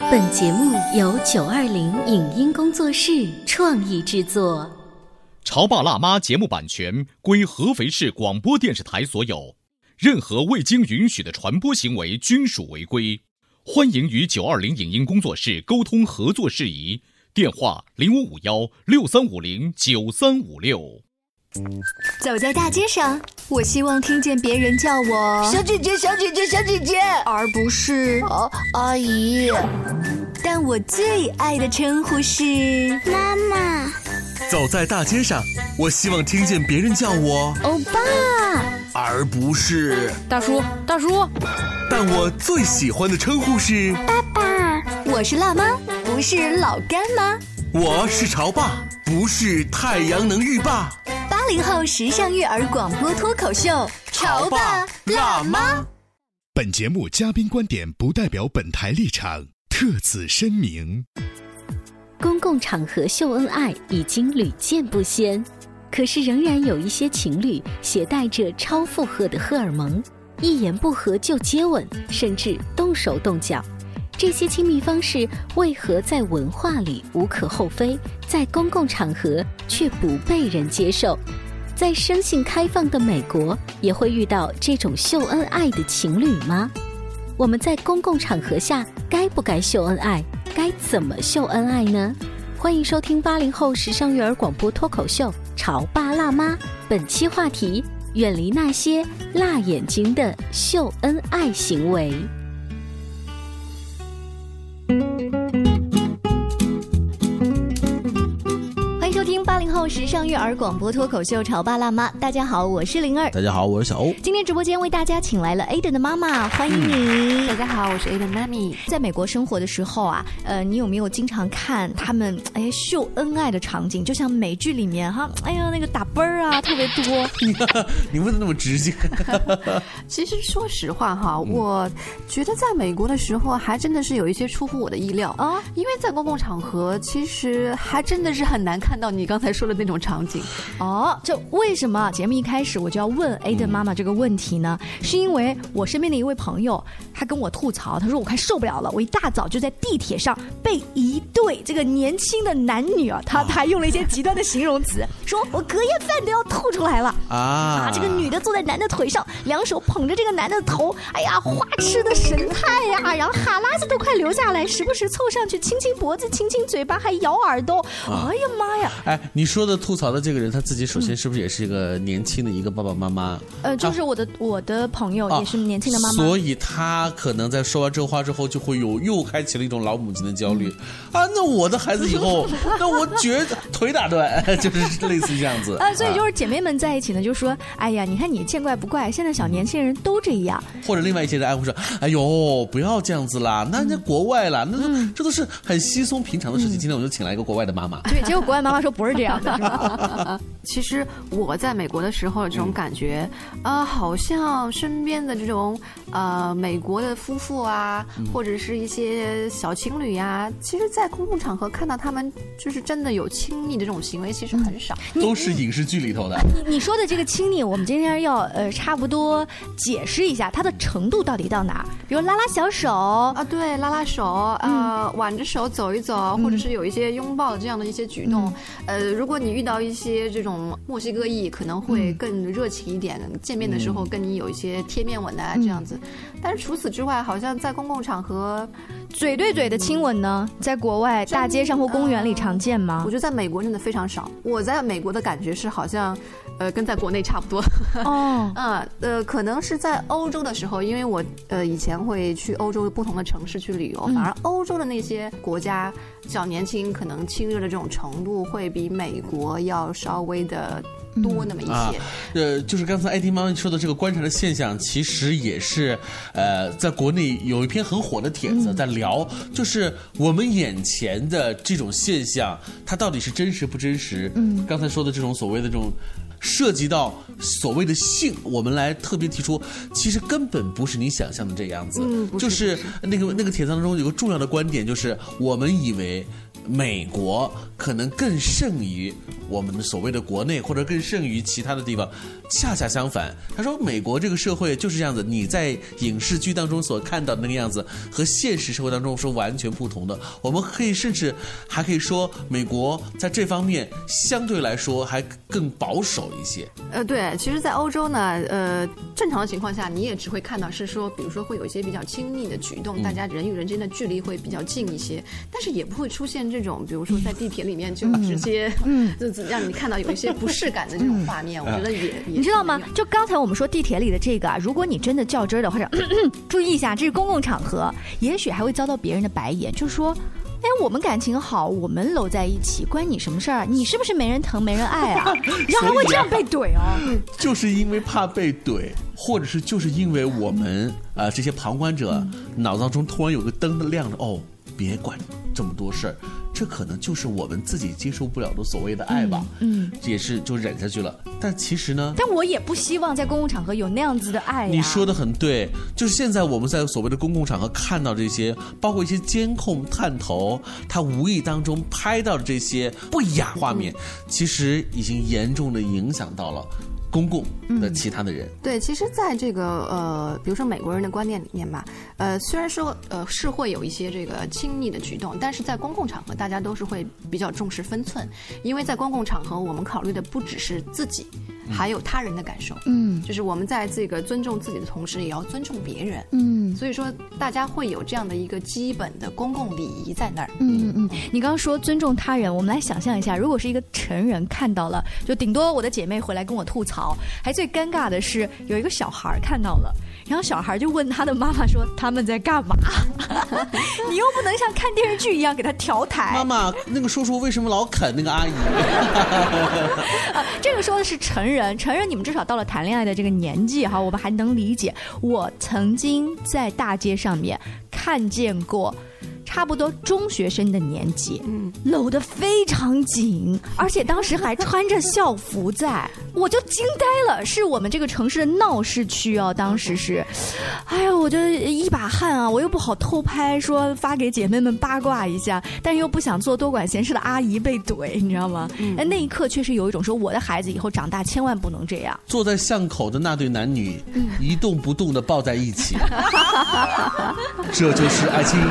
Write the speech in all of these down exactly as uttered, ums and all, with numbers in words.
本节目由九二零影音工作室创意制作。 潮爸辣妈节目版权归合肥市广播电视台所有，任何未经允许的传播行为均属违规。欢迎与九二零影音工作室沟通合作事宜，电话零五五幺六三五零九三五六。 走在大街上，我希望听见别人叫我小姐姐小姐姐小姐姐， 而不是哦阿姨。 但我最爱的称呼是妈妈。 走在大街上，我希望听见别人叫我欧巴， 而不是大叔大叔。 但我最喜欢的称呼是爸爸。 我是辣妈，不是老干妈。 我是潮爸，不是太阳能浴霸。 八零后时尚育儿广播脱口秀，潮爸辣妈。 本节目嘉宾观点不代表本台立场，特此声明。 公共场合秀恩爱已经屡见不鲜，可是仍然有一些情侣携带着超负荷的荷尔蒙，一言不合就接吻，甚至动手动脚。这些亲密方式为何在文化里无可厚非，在公共场合却不被人接受？在生性开放的美国，也会遇到这种秀恩爱的情侣吗？我们在公共场合下该不该秀恩爱？该怎么秀恩爱呢？欢迎收听八零后时尚育儿广播脱口秀《潮爸辣妈》，本期话题：远离那些辣眼睛的秀恩爱行为。 八零后时尚育儿广播脱口秀潮爸辣妈，大家好，我是灵儿。 大家好，我是小欧。 今天直播间为大家请来了 Aiden 的妈妈，欢迎你。 嗯、大家好，我是 Aiden 妈咪。 在美国生活的时候啊，呃，你有没有经常看他们哎秀恩爱的场景？就像美剧里面哈，哎呀那个打啵儿啊特别多。 你问的那么直接。 其实说实话哈，嗯、我觉得在美国的时候还真的是有一些出乎我的意料啊，因为在公共场合其实还真的是很难看到你刚才说的那种场景。 哦，就为什么节目一开始我就要问 Aiden 妈妈这个问题呢？嗯、是因为我身边的一位朋友，他跟我吐槽，他说我快受不了了，我一大早就在地铁上被一对这个年轻的男女啊，他他还用了一些极端的形容词，说我隔夜饭都要吐出来了啊！啊，这个女的坐在男的腿上，两手捧着这个男的头，哎呀，花痴的神态呀，然后哈喇子都快流下来，时不时凑上去亲亲脖子、亲亲嘴巴，还咬耳朵。啊、哎呀妈呀！ 哎，你说的吐槽的这个人，他自己首先是不是也是一个年轻的一个爸爸妈妈？ 呃，就是我的、啊、我的朋友也是年轻的妈妈， 所以他可能在说完这话之后，就会有又开启了一种老母亲的焦虑、嗯、啊。那我的孩子以后，那我觉得腿打断，就是类似这样子啊。所以就是姐妹们在一起呢，就说，哎呀，你看你见怪不怪，现在小年轻人都这样。 或者另外一些人还会说，哎呦，不要这样子啦，那人家国外啦，那、嗯、这都是很稀松平常的事情。嗯、今天我就请来一个国外的妈妈， 对，结果国外妈妈说不是这样的，是吧？ 其实我在美国的时候，这种感觉，啊、嗯呃，好像身边的这种呃美国的夫妇啊，嗯、或者是一些小情侣呀，其实，在公共场合看到他们就是真的有亲密的这种行为，其实很少， 嗯、都是影视剧里头的。 你你说的这个亲昵，我们今天要呃差不多解释一下它的程度到底到哪儿，比如拉拉小手啊，对，拉拉手，呃，嗯、挽着手走一走，嗯、或者是有一些拥抱这样的一些举动，嗯、呃，如果你遇到一些这种墨西哥裔，可能会更热情一点，嗯、见面的时候跟你有一些贴面吻啊、嗯、这样子。但是除此之外，好像在公共场合， 嘴对嘴的亲吻呢，在国外大街上或公园里常见吗？ 我觉得在美国真的非常少。我在美国的感觉是好像，呃，跟在国内差不多。哦，嗯，呃，可能是在欧洲的时候，因为我呃以前会去欧洲不同的城市去旅游，嗯、反而欧洲的那些国家小年轻可能亲热的这种程度会比美国要稍微的多那么一些。啊、 呃，就是刚才艾婷妈妈说的这个观察的现象，其实也是呃，在国内有一篇很火的帖子在聊，嗯、就是我们眼前的这种现象，它到底是真实不真实？嗯，刚才说的这种所谓的这种。涉及到所谓的性，我们来特别提出，其实根本不是你想象的这样子。嗯，就是那个那个帖子当中有个重要的观点，就是我们以为美国可能更胜于我们的所谓的国内，或者更胜于其他的地方。恰恰相反，他说美国这个社会就是这样子，你在影视剧当中所看到的那个样子和现实社会当中是完全不同的。我们可以甚至还可以说美国在这方面相对来说还更保守一些。 呃，对，其实在欧洲呢，呃，正常的情况下你也只会看到是说，比如说会有一些比较亲密的举动，嗯、大家人与人之间的距离会比较近一些，但是也不会出现这种比如说在地铁里面就直接嗯，就让你看到有一些不适感的这种画面，嗯、我觉得也也你知道吗？就刚才我们说地铁里的这个啊，如果你真的较真儿的或者咳咳注意一下，这是公共场合，也许还会遭到别人的白眼，就说哎，我们感情好，我们搂在一起，关你什么事儿？你是不是没人疼没人爱啊？然后还会这样被怼哦。 就是因为怕被怼，或者是就是因为我们啊、呃、这些旁观者、嗯、脑当中突然有个灯的亮着，哦，别管这么多事儿，这可能就是我们自己接受不了的所谓的爱吧。嗯，嗯也是就忍下去了。但其实呢， 但我也不希望在公共场合有那样子的爱、啊。 你说的很对，就是现在我们在所谓的公共场合看到这些，包括一些监控探头，它无意当中拍到的这些不雅画面，嗯、其实已经严重的影响到了公共的其他的人。 嗯、对，其实在这个呃，比如说美国人的观念里面吧，呃，虽然说呃是会有一些这个亲密的举动，但是在公共场合大家都是会比较重视分寸，因为在公共场合我们考虑的不只是自己。还有他人的感受，嗯，就是我们在这个尊重自己的同时，也要尊重别人，嗯，所以说大家会有这样的一个基本的公共礼仪在那儿， 嗯嗯嗯。你刚刚说尊重他人，我们来想象一下，如果是一个成人看到了，就顶多我的姐妹回来跟我吐槽，还最尴尬的是有一个小孩看到了，然后小孩就问他的妈妈说他们在干嘛？你又不能像看电视剧一样给他调台。 妈妈，那个叔叔为什么老啃那个阿姨？ 啊，这个说的是成人。成人你们至少到了谈恋爱的这个年纪哈，我们还能理解。我曾经在大街上面看见过差不多中学生的年纪，嗯，搂得非常紧，而且当时还穿着校服在，我就惊呆了。是我们这个城市的闹市区啊，当时是，哎呀，我就一把汗啊，我又不好偷拍，说发给姐妹们八卦一下，但又不想做多管闲事的阿姨被怼，你知道吗？嗯，那一刻确实有一种说，我的孩子以后长大千万不能这样。 坐在巷口的那对男女，嗯、一动不动地抱在一起，这就是爱情。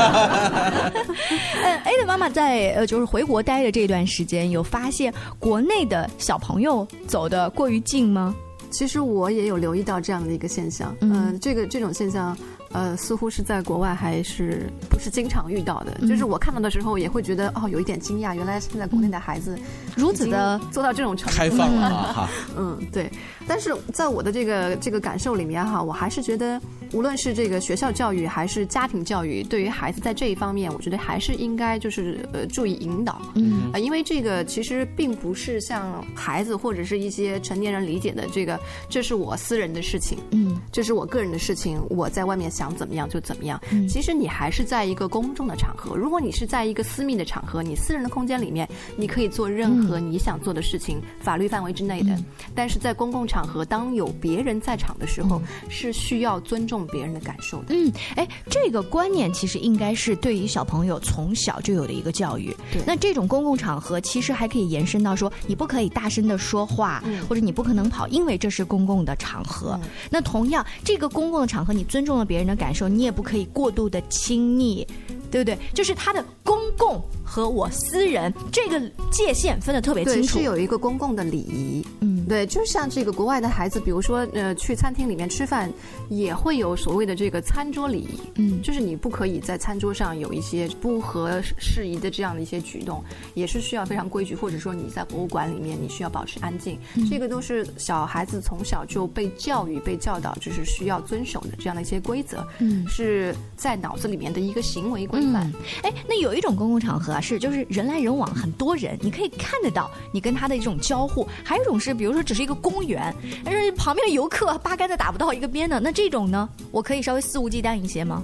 呃 A 的妈妈在呃就是回国待的这段时间，有发现国内的小朋友走得过于近吗？ 其实我也有留意到这样的一个现象，嗯、呃，这个这种现象。呃，似乎是在国外还是不是经常遇到的，嗯、就是我看到的时候也会觉得哦，有一点惊讶，原来现在国内的孩子如此的做到这种程度， 开放了哈。 嗯，对。但是在我的这个这个感受里面哈，我还是觉得，无论是这个学校教育还是家庭教育，对于孩子在这一方面，我觉得还是应该就是呃注意引导。嗯，呃，因为这个其实并不是像孩子或者是一些成年人理解的这个，这是我私人的事情，嗯，这是我个人的事情，我在外面想怎么样就怎么样。嗯、其实你还是在一个公众的场合，如果你是在一个私密的场合，你私人的空间里面，你可以做任何你想做的事情，嗯、法律范围之内的。嗯、但是在公共场合，当有别人在场的时候，嗯、是需要尊重别人的感受的。 嗯，哎，这个观念其实应该是对于小朋友从小就有的一个教育。 对， 那这种公共场合其实还可以延伸到说，你不可以大声的说话，嗯、或者你不可能跑，因为这是公共的场合。嗯、那同样，这个公共的场合，你尊重了别人的感受，你也不可以过度的亲昵，对不对？就是它的公共和我私人这个界限分得特别清楚， 对，是有一个公共的礼仪。嗯，对，就像这个国外的孩子，比如说呃去餐厅里面吃饭，也会有所谓的这个餐桌礼仪。嗯，就是你不可以在餐桌上有一些不合适宜的这样的一些举动，也是需要非常规矩，或者说你在博物馆里面你需要保持安静。嗯、这个都是小孩子从小就被教育、被教导，就是需要遵守的这样的一些规则。嗯，是在脑子里面的一个行为规范。 哎、嗯，那有一种公共场合啊，是就是人来人往，很多人，你可以看得到你跟他的一种交互；还有一种是，比如说只是一个公园，但是旁边的游客八竿子打不到一个边的，那这种呢，我可以稍微肆无忌惮一些吗？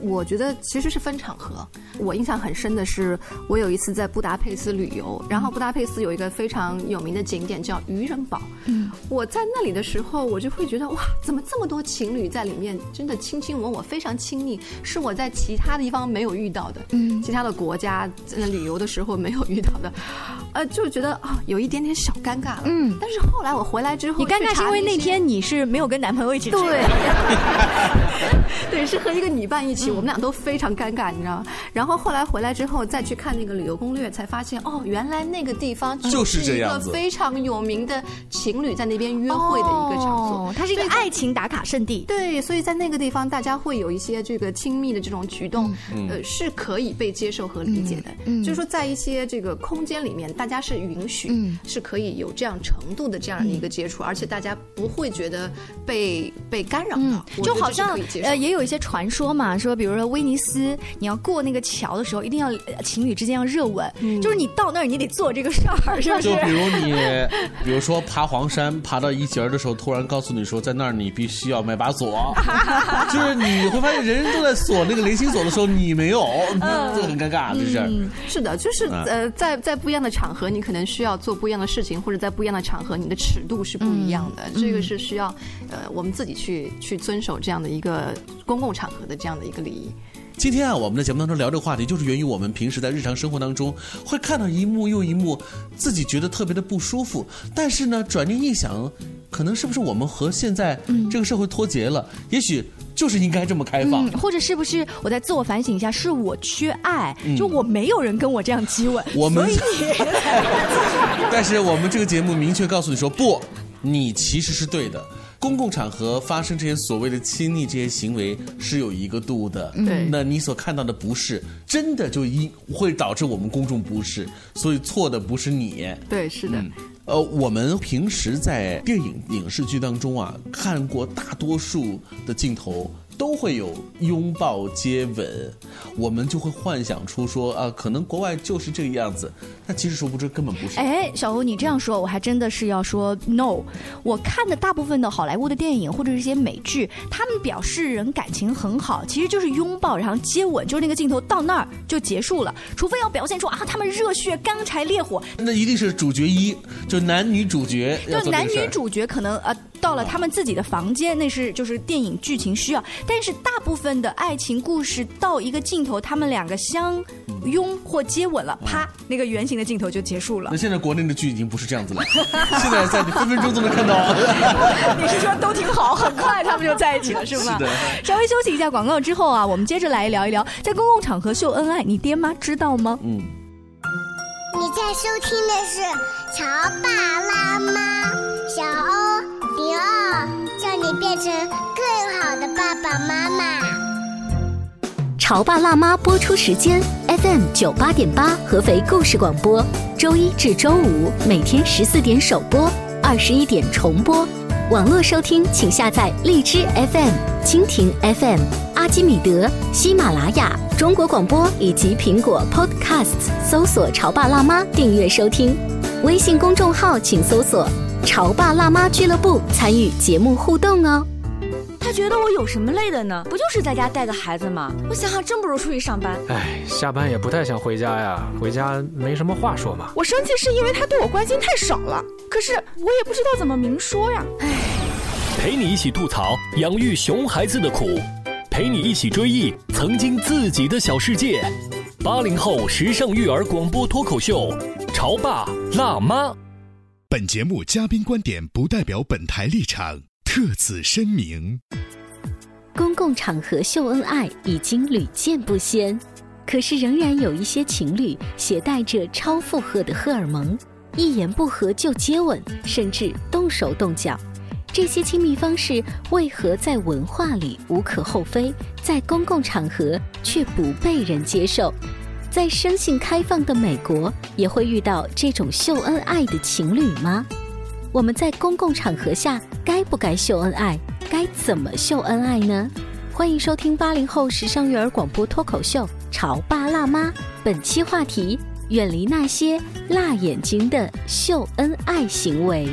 我觉得其实是分场合。我印象很深的是，我有一次在布达佩斯旅游，然后布达佩斯有一个非常有名的景点叫渔人堡。嗯，我在那里的时候，我就会觉得哇，怎么这么多情侣在里面，真的卿卿我我，非常亲密，是我在其他地方没有遇到的，嗯，其他的国家在旅游的时候没有遇到的，呃，就觉得啊、哦，有一点点小尴尬了。嗯，但是后来我回来之后， 你尴尬是因为那天你是没有跟男朋友一起去， 对，对，是和一个女伴一起，嗯、我们俩都非常尴尬，你知道吗？然后后来回来之后再去看那个旅游攻略，才发现哦，原来那个地方就是一个非常有名的情侣在那边约会的一个场所， 哦、它是一个爱情打卡圣地。 对，所以在那个地方，大家会有一些这个亲密的这种举动，嗯、呃，是可以被接受和理解的。嗯，就是说在一些这个空间里面，大家是允许，嗯、是可以有这样程度的这样的一个接触，嗯、而且大家不会觉得被被干扰到。嗯、 就好像呃，也有一些传说嘛，说比如说威尼斯，你要过那个桥的时候，一定要情侣之间要热吻，嗯、就是你到那儿你得做这个事儿，是不是？ 就比如你，比如说爬黄山，爬到一节的时候，突然告诉你说，在那儿你必须要买把锁，就是你会发现人人都在锁那个连心锁的时候，你没有，这个很尴尬，这是。 嗯，是的，就是呃，在在不一样的场合，你可能需要做不一样的事情，或者在不一样的场合，你的尺度是不一样的。嗯、这个是需要呃我们自己去去遵守这样的一个公共场合的这样的一个礼仪。 今天啊，我们的节目当中聊这个话题，就是源于我们平时在日常生活当中会看到一幕又一幕，自己觉得特别的不舒服。但是呢，转念一想，可能是不是我们和现在这个社会脱节了？嗯、也许就是应该这么开放， 嗯、或者是不是我在自我反省一下，是我缺爱，嗯、就我没有人跟我这样激吻， 我们。 所以但是我们这个节目明确告诉你说，不，你其实是对的。公共场合发生这些所谓的亲昵这些行为是有一个度的， 对， 那你所看到的不是真的就一会导致我们公众不适，所以错的不是你。 对，是的。嗯呃，我们平时在电影影视剧当中啊，看过大多数的镜头都会有拥抱接吻，我们就会幻想出说啊，可能国外就是这个样子，但其实殊不知根本不是。 哎，小欧，你这样说，我还真的是要说 no。我看的大部分的好莱坞的电影或者是一些美剧，他们表示人感情很好，其实就是拥抱，然后接吻，就是那个镜头到那儿就结束了，除非要表现出啊他们热血干柴烈火， 那一定是主角一，就男女主角要做这个事儿。 就男女主角可能呃到了他们自己的房间，那是就是电影剧情需要。但是大部分的爱情故事到一个镜头，他们两个相拥或接吻了，啪，那个圆形的镜头就结束了。 那现在国内的剧已经不是这样子了，现在在你分分钟都能看到。 你是说都挺好，很快他们就在一起了，是吗？ 是的。 稍微休息一下广告之后啊，我们接着来聊一聊，在公共场合秀恩爱，你爹妈知道吗？嗯。 你在收听的是《潮爸辣妈》，小欧零二，叫你变成更好的爸爸妈妈。 潮爸辣妈播出时间 F M 九八点八合肥故事广播，周一至周五每天十四点首播，二十一点重播。网络收听请下载荔枝 F M、蜻蜓 F M、阿基米德、喜马拉雅、中国广播以及苹果 Podcasts， 搜索潮爸辣妈订阅收听。微信公众号请搜索潮爸辣妈俱乐部，参与节目互动哦。 他觉得我有什么累的呢？不就是在家带个孩子吗？我想想，真不如出去上班。 哎，下班也不太想回家呀，回家没什么话说嘛。 我生气是因为他对我关心太少了，可是我也不知道怎么明说呀。哎， 陪你一起吐槽养育熊孩子的苦，陪你一起追忆曾经自己的小世界。八零后时尚育儿广播脱口秀，潮爸辣妈。 本节目嘉宾观点不代表本台立场，特此声明。 公共场合秀恩爱已经屡见不鲜，可是仍然有一些情侣携带着超负荷的荷尔蒙，一言不合就接吻，甚至动手动脚。这些亲密方式为何在文化里无可厚非，在公共场合却不被人接受？在生性开放的美国，也会遇到这种秀恩爱的情侣吗？我们在公共场合下该不该秀恩爱？该怎么秀恩爱呢？欢迎收听八零后时尚育儿广播脱口秀《潮爸辣妈》，本期话题：远离那些辣眼睛的秀恩爱行为。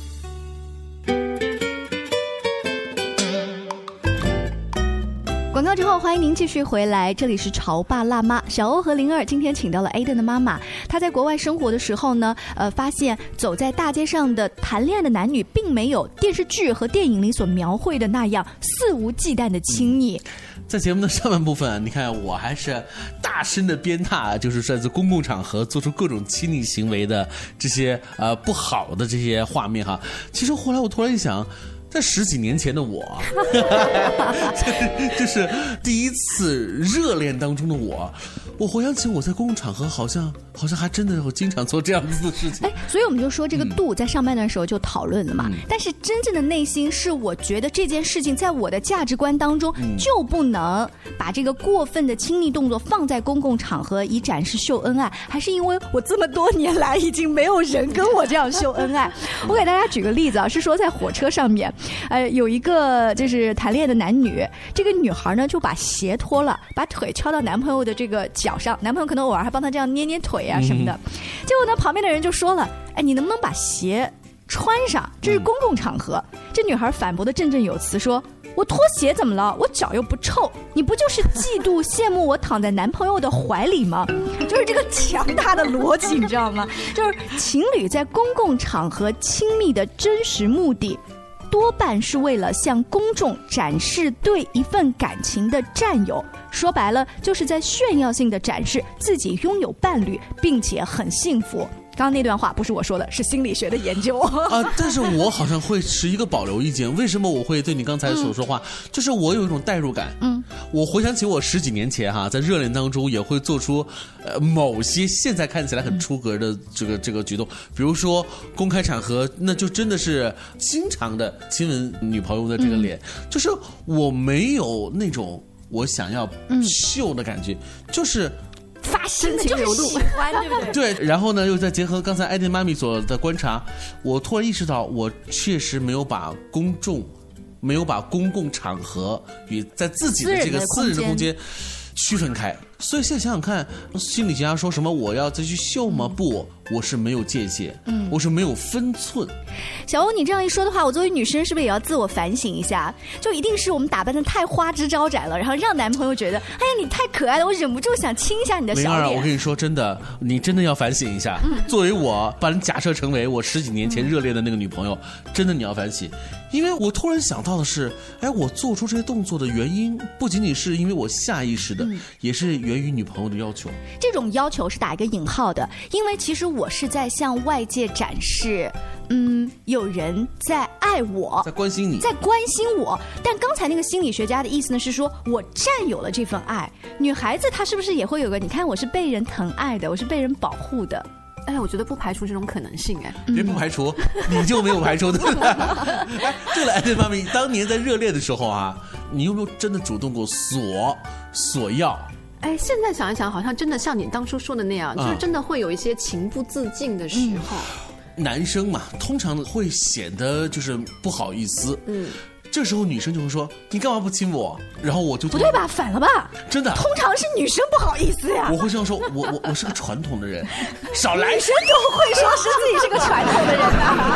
广告告之后，欢迎您继续回来，这里是潮爸辣妈。小欧和灵儿今天请到了 Aiden 的妈妈，她在国外生活的时候呢，呃，发现走在大街上的谈恋爱的男女，并没有电视剧和电影里所描绘的那样肆无忌惮的亲昵。 在节目的上半部分，你看我还是大声的鞭挞，就是在这公共场合做出各种亲昵行为的这些呃不好的这些画面哈。其实后来我突然一想，在十几年前的我，就是第一次热恋当中的我，我回想起我在公共场合好像好像还真的我经常做这样子的事情。 哎，所以我们就说这个度在上半段时候就讨论了嘛。嗯、但是真正的内心是，我觉得这件事情在我的价值观当中就不能把这个过分的亲密动作放在公共场合以展示秀恩爱，还是因为我这么多年来已经没有人跟我这样秀恩爱。我给大家举个例子啊，是说在火车上面。呃，有一个就是谈恋爱的男女，这个女孩呢就把鞋脱了，把腿敲到男朋友的这个脚上，男朋友可能偶尔还帮她这样捏捏腿啊什么的。嗯、结果呢，旁边的人就说了：“哎，你能不能把鞋穿上？这是公共场合。嗯”这女孩反驳的振振有词说：“我脱鞋怎么了？我脚又不臭，你不就是嫉妒羡慕我躺在男朋友的怀里吗？”就是这个强大的逻辑，你知道吗？就是情侣在公共场合亲密的真实目的，多半是为了向公众展示对一份感情的占有，说白了就是在炫耀性的展示自己拥有伴侣，并且很幸福。刚刚那段话不是我说的，是心理学的研究啊。但是我好像会持一个保留意见，为什么我会对你刚才所说话，嗯、就是我有一种代入感。嗯，我回想起我十几年前哈，在热恋当中也会做出呃某些现在看起来很出格的这个这个举动，比如说公开场合，那就真的是经常的亲吻女朋友的这个脸，嗯、就是我没有那种我想要秀的感觉，嗯、就是。 发心的就是喜欢，对不对？ 对，然后呢，又再结合刚才艾迪妈咪所的观察，我突然意识到，我确实没有把公众，没有把公共场合与在自己的这个私人的空间区分开。所以现在想想看，心理学家说什么我要再去秀吗？不，我是没有界限，嗯，我是没有分寸。 小欧，你这样一说的话，我作为女生是不是也要自我反省一下？就一定是我们打扮的太花枝招展了，然后让男朋友觉得，哎呀，你太可爱了，我忍不住想亲一下你的小脸。 灵儿，我跟你说，真的，你真的要反省一下。嗯、作为我，把你假设成为我十几年前热恋的那个女朋友，嗯、真的你要反省，因为我突然想到的是，哎，我做出这些动作的原因，不仅仅是因为我下意识的，嗯、也是源于女朋友的要求。 这种要求是打一个引号的，因为其实我是在向外界展示，嗯，有人在爱我， 在关心你， 在关心我。但刚才那个心理学家的意思呢，是说我占有了这份爱。女孩子她是不是也会有个，你看我是被人疼爱的，我是被人保护的。 哎，我觉得不排除这种可能性。哎， 别不排除，嗯、你就没有排除的。哎，对了，艾迪妈咪，当年在热恋的时候啊，你有没有真的主动过索索要？ 哎，现在想一想，好像真的像你当初说的那样，就是真的会有一些情不自禁的时候。 嗯、男生嘛，通常会显得就是不好意思。嗯。这时候女生就会说：“你干嘛不亲我？”然后我就不对吧？反了吧？ 真的， 通常是女生不好意思呀。 我会这样说：“我我我是个传统的人，少来。” 女生都会说是自己是个传统的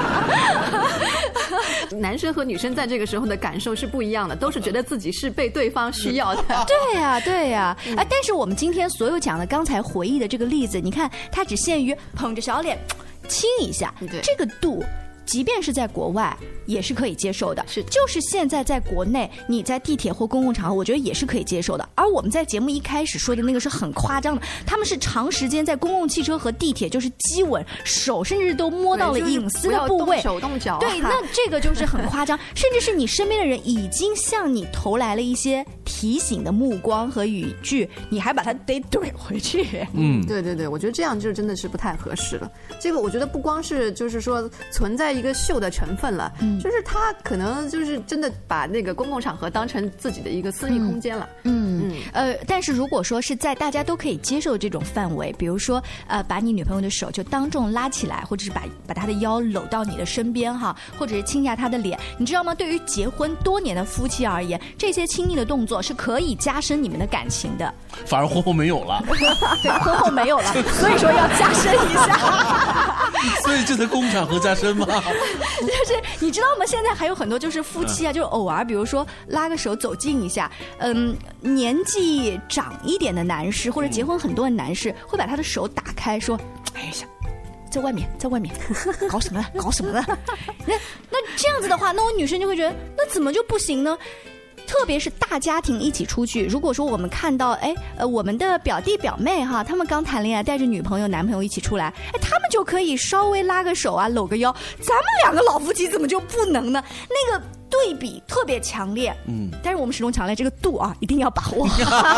人的。男生和女生在这个时候的感受是不一样的，都是觉得自己是被对方需要的。 对呀、啊，对呀、啊。嗯、啊，但是我们今天所有讲的刚才回忆的这个例子，你看它只限于捧着小脸亲一下， 对这个度。即便是在国外也是可以接受的，是就是现在在国内你在地铁或公共场合我觉得也是可以接受的。而我们在节目一开始说的那个是很夸张的，他们是长时间在公共汽车和地铁就是激吻，手甚至都摸到了隐私的部位， 动手动脚、啊、 对，那这个就是很夸张。甚至是你身边的人已经向你投来了一些提醒的目光和语句，你还把它得怼回去。 嗯，对对对，我觉得这样就真的是不太合适了。这个我觉得不光是就是说存在一个秀的成分了，嗯、就是他可能就是真的把那个公共场合当成自己的一个私密空间了。 嗯 嗯, 嗯呃，但是如果说是在大家都可以接受这种范围，比如说呃，把你女朋友的手就当众拉起来，或者是把把她的腰搂到你的身边哈，或者是亲下她的脸，你知道吗？对于结婚多年的夫妻而言，这些亲密的动作作是可以加深你们的感情的， 反而婚后没有了。 对，婚后没有了，所以说要加深一下。 所以这才公共场合加深吗？ 就是你知道吗？现在还有很多就是夫妻啊，嗯、就是偶尔，比如说拉个手走近一下，嗯，年纪长一点的男士或者结婚很多的男士、嗯、会把他的手打开，说：“哎呀。”在外面，在外面搞什么呢？搞什么呢？那那这样子的话，那我女生就会觉得，那怎么就不行呢？特别是大家庭一起出去，如果说我们看到，哎，呃，我们的表弟表妹哈，他们刚谈恋爱，带着女朋友、男朋友一起出来，哎，他们就可以稍微拉个手啊，搂个腰，咱们两个老夫妻怎么就不能呢？那个对比特别强烈，嗯，但是我们始终强烈这个度啊，一定要把握。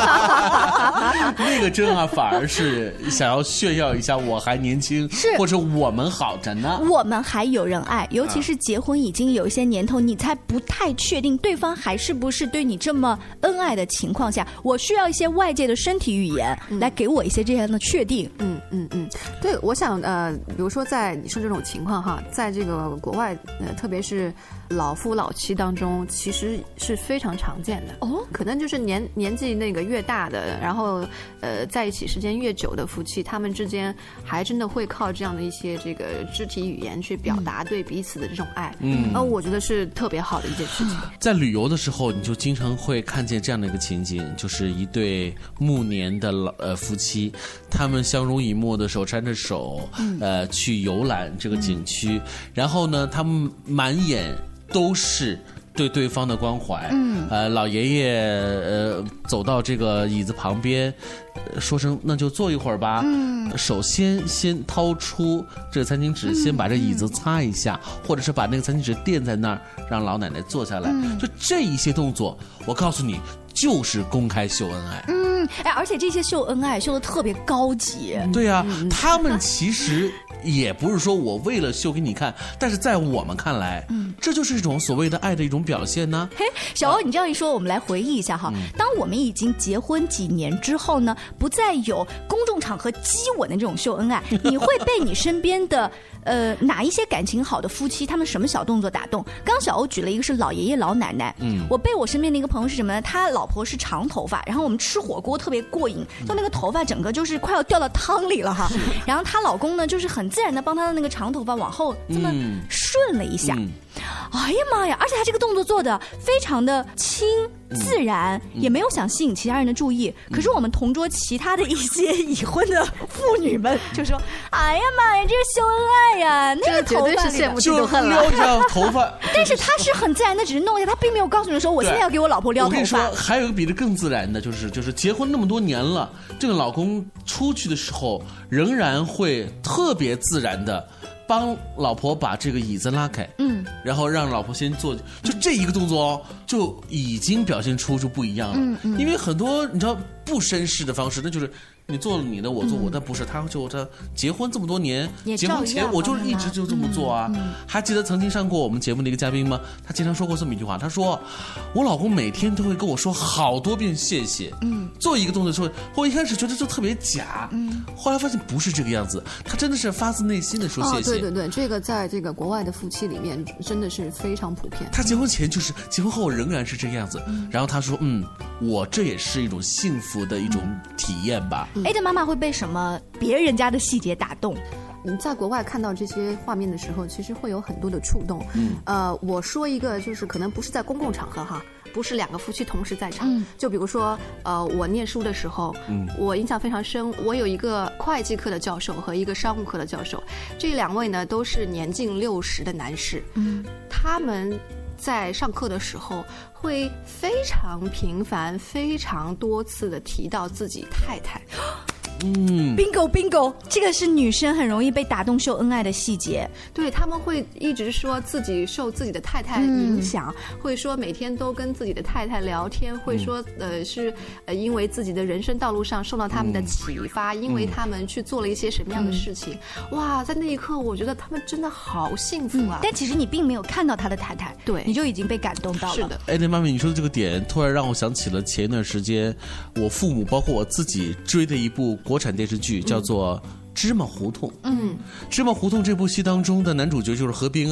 那个真啊，反而是想要炫耀一下我还年轻， 是或者我们好着呢， 我们还有人爱，尤其是结婚已经有一些年头，你才不太确定对方还是不是对你这么恩爱的情况下，我需要一些外界的身体语言、嗯、来给我一些这样的确定。 嗯嗯嗯，对，我想呃，比如说在你说这种情况哈，在这个国外，呃，特别是老夫老妻当中，其实是非常常见的哦。可能就是年年纪那个越大的，然后呃在一起时间越久的夫妻，他们之间还真的会靠这样的一些这个肢体语言去表达对彼此的这种爱。嗯，呃，我觉得是特别好的一件事情。 在旅游的时候，你就经常会看见这样的一个情景，就是一对暮年的老呃夫妻，他们相濡以沫的手牵着手，嗯、呃去游览这个景区，嗯、然后呢，他们满眼都是对对方的关怀。嗯，呃，老爷爷呃走到这个椅子旁边，呃、说声那就坐一会儿吧。嗯，首先先掏出这个餐巾纸，嗯、先把这椅子擦一下，嗯、或者是把那个餐巾纸垫在那儿，让老奶奶坐下来。嗯，就这一些动作，我告诉你，就是公开秀恩爱。 嗯，哎，而且这些秀恩爱秀的特别高级。 对呀、啊，嗯、他们其实也不是说我为了秀给你看，但是在我们看来，嗯，这就是一种所谓的爱的一种表现呢。 嘿，小欧，你这样一说，我们来回忆一下哈。嗯、当我们已经结婚几年之后呢，不再有公众场合激吻的这种秀恩爱，你会被你身边的呃哪一些感情好的夫妻，他们什么小动作打动？刚刚小欧举了一个是老爷爷老奶奶，嗯，我被我身边的一个朋友是什么呢？他老婆是长头发，然后我们吃火锅特别过瘾，就那个头发整个就是快要掉到汤里了哈。然后她老公呢，就是很自然的帮她的那个长头发往后这么顺了一下。嗯嗯哎呀妈呀！而且他这个动作做的非常的轻自然，嗯、也没有想吸引其他人的注意。嗯、可是我们同桌其他的一些已婚的妇女们就说：“哎呀妈呀，这是秀恩爱呀！那个头发绝对是羡慕嫉妒恨了。” 就撩一下头发， 但是他是很自然的，只是弄一下，他并没有告诉你说我现在要给我老婆撩头发。 我跟你说，还有一个比这更自然的，就是就是结婚那么多年了，这个老公出去的时候仍然会特别自然的帮老婆把这个椅子拉开，嗯，然后让老婆先坐，就这一个动作哦，就已经表现出就不一样了。嗯嗯，因为很多你知道不绅士的方式，那就是你做了你的，我做我的，但不是他就他结婚这么多年，结婚前我就一直就这么做啊。嗯嗯、还记得曾经上过我们节目的一个嘉宾吗？他经常说过这么一句话，他说我老公每天都会跟我说好多遍谢谢，嗯，做一个动作的时候，我一开始觉得就特别假，嗯，后来发现不是这个样子，他真的是发自内心的说谢谢。 哦、对对对，这个在这个国外的夫妻里面真的是非常普遍。 他结婚前就是，结婚后仍然是这个样子。嗯、然后他说：“嗯，我这也是一种幸福的一种体验吧。嗯” 哎，这妈妈会被什么别人家的细节打动？ 你在国外看到这些画面的时候，其实会有很多的触动。嗯，呃，我说一个，就是可能不是在公共场合哈。不是两个夫妻同时在场，嗯、就比如说，呃，我念书的时候，嗯、我印象非常深。我有一个会计课的教授和一个商务课的教授，这两位呢都是年近六十的男士，嗯，他们在上课的时候会非常频繁、非常多次的提到自己太太。 嗯 ，bingo bingo， 这个是女生很容易被打动秀恩爱的细节。 对，他们会一直说自己受自己的太太影响，嗯、会说每天都跟自己的太太聊天，会说呃是呃因为自己的人生道路上受到他们的启发，嗯、因为他们去做了一些什么样的事情。嗯、哇，在那一刻，我觉得他们真的好幸福啊！ 嗯、但其实你并没有看到他的太太，对，你就已经被感动到了。 是的， 哎，那妈咪，你说的这个点，突然让我想起了前一段时间我父母包括我自己追的一部国产电视剧，叫做《芝麻胡同》。嗯，《芝麻胡同》这部戏当中的男主角就是何冰啊。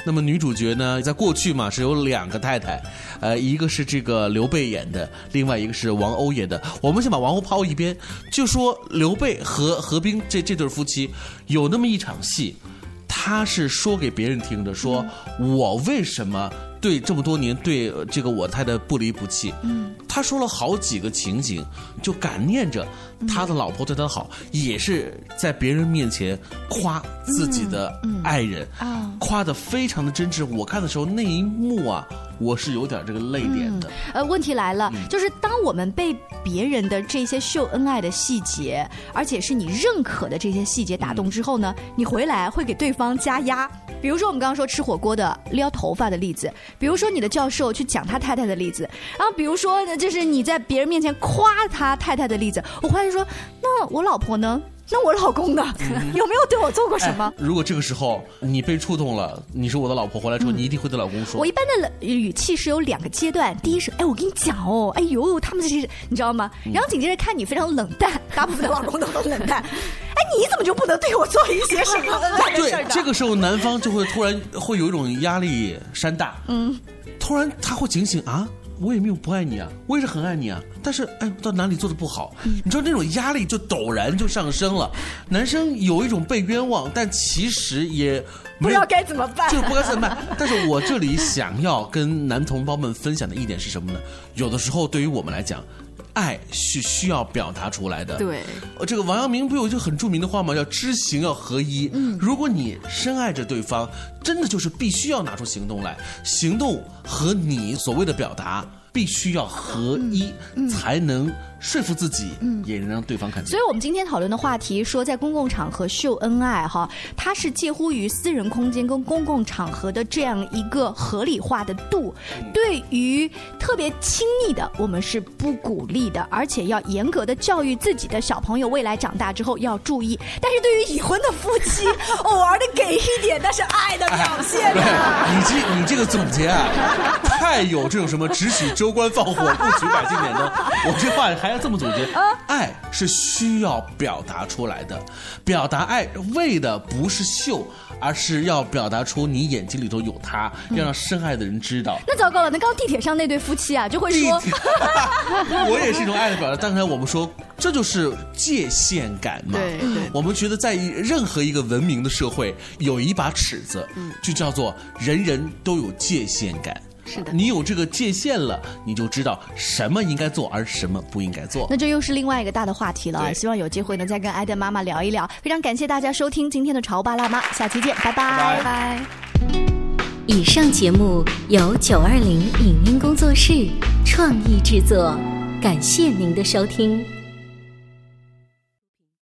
那么女主角呢，在过去嘛是有两个太太，呃，一个是这个刘备演的，另外一个是王鸥演的。我们先把王鸥抛一边，就说刘备和何冰这这对夫妻有那么一场戏，他是说给别人听的，说我为什么对这么多年对这个我太太不离不弃。嗯，他说了好几个情景，就感念着他的老婆对他好，嗯、也是在别人面前夸自己的爱人，嗯嗯、夸得非常的真挚。我看的时候那一幕啊，我是有点这个泪点的。 嗯、呃，问题来了，嗯、就是当我们被别人的这些秀恩爱的细节，而且是你认可的这些细节打动之后呢，嗯、你回来会给对方加压。比如说我们刚刚说吃火锅的撩头发的例子，比如说你的教授去讲他太太的例子，然后比如说就是你在别人面前夸他太太的例子，我忽然说，那我老婆呢？那我老公呢？嗯、有没有对我做过什么？ 哎、如果这个时候你被触动了，你是我的老婆，回来之后、嗯、你一定会对老公说。 我一般的语气是有两个阶段，第一是哎，我跟你讲哦，哎呦，他们这些你知道吗？然后紧接着看你非常冷淡，大部分的老公都很冷淡。哎，你怎么就不能对我做一些什么恩爱的事儿呢？ 对，这个时候男方就会突然会有一种压力山大，嗯，突然他会警醒啊。我也没有不爱你啊，我也是很爱你啊，但是哎，到哪里做的不好？嗯、你知道那种压力就陡然就上升了。男生有一种被冤枉，但其实也不知道该怎么办， 就是不知道怎么办。但是我这里想要跟男同胞们分享的一点是什么呢？有的时候对于我们来讲，爱是需要表达出来的。 对， 这个王阳明不有一句很著名的话吗？叫知行要合一。嗯，如果你深爱着对方，真的就是必须要拿出行动来，行动和你所谓的表达必须要合一，嗯嗯、才能说服自己，嗯、也能让对方看见。 所以我们今天讨论的话题说，在公共场合秀恩爱哈，它是介乎于私人空间跟公共场合的这样一个合理化的度。嗯、对于特别亲密的，我们是不鼓励的，而且要严格的教育自己的小朋友，未来长大之后要注意。但是对于已婚的夫妻，偶尔的给一点，那是爱的表现啊！ 哎、你这你这个总结啊，太有这种什么只许州官放火，不许百姓点灯。我这话还要这么总结，爱是需要表达出来的，表达爱为的不是秀，而是要表达出你眼睛里头有他，嗯、要让深爱的人知道。 那糟糕了，那刚刚地铁上那对夫妻啊，就会说， 我也是一种爱的表达。当然，我们说这就是界限感嘛。 对对， 我们觉得在任何一个文明的社会，有一把尺子，嗯、就叫做人人都有界限感。 是的， 你有这个界限了，你就知道什么应该做，而什么不应该做。 那这又是另外一个大的话题了，希望有机会呢再跟艾登妈妈聊一聊。非常感谢大家收听今天的潮爸辣妈，下期见，拜拜拜拜。 以上节目由九二零影音工作室创意制作，感谢您的收听。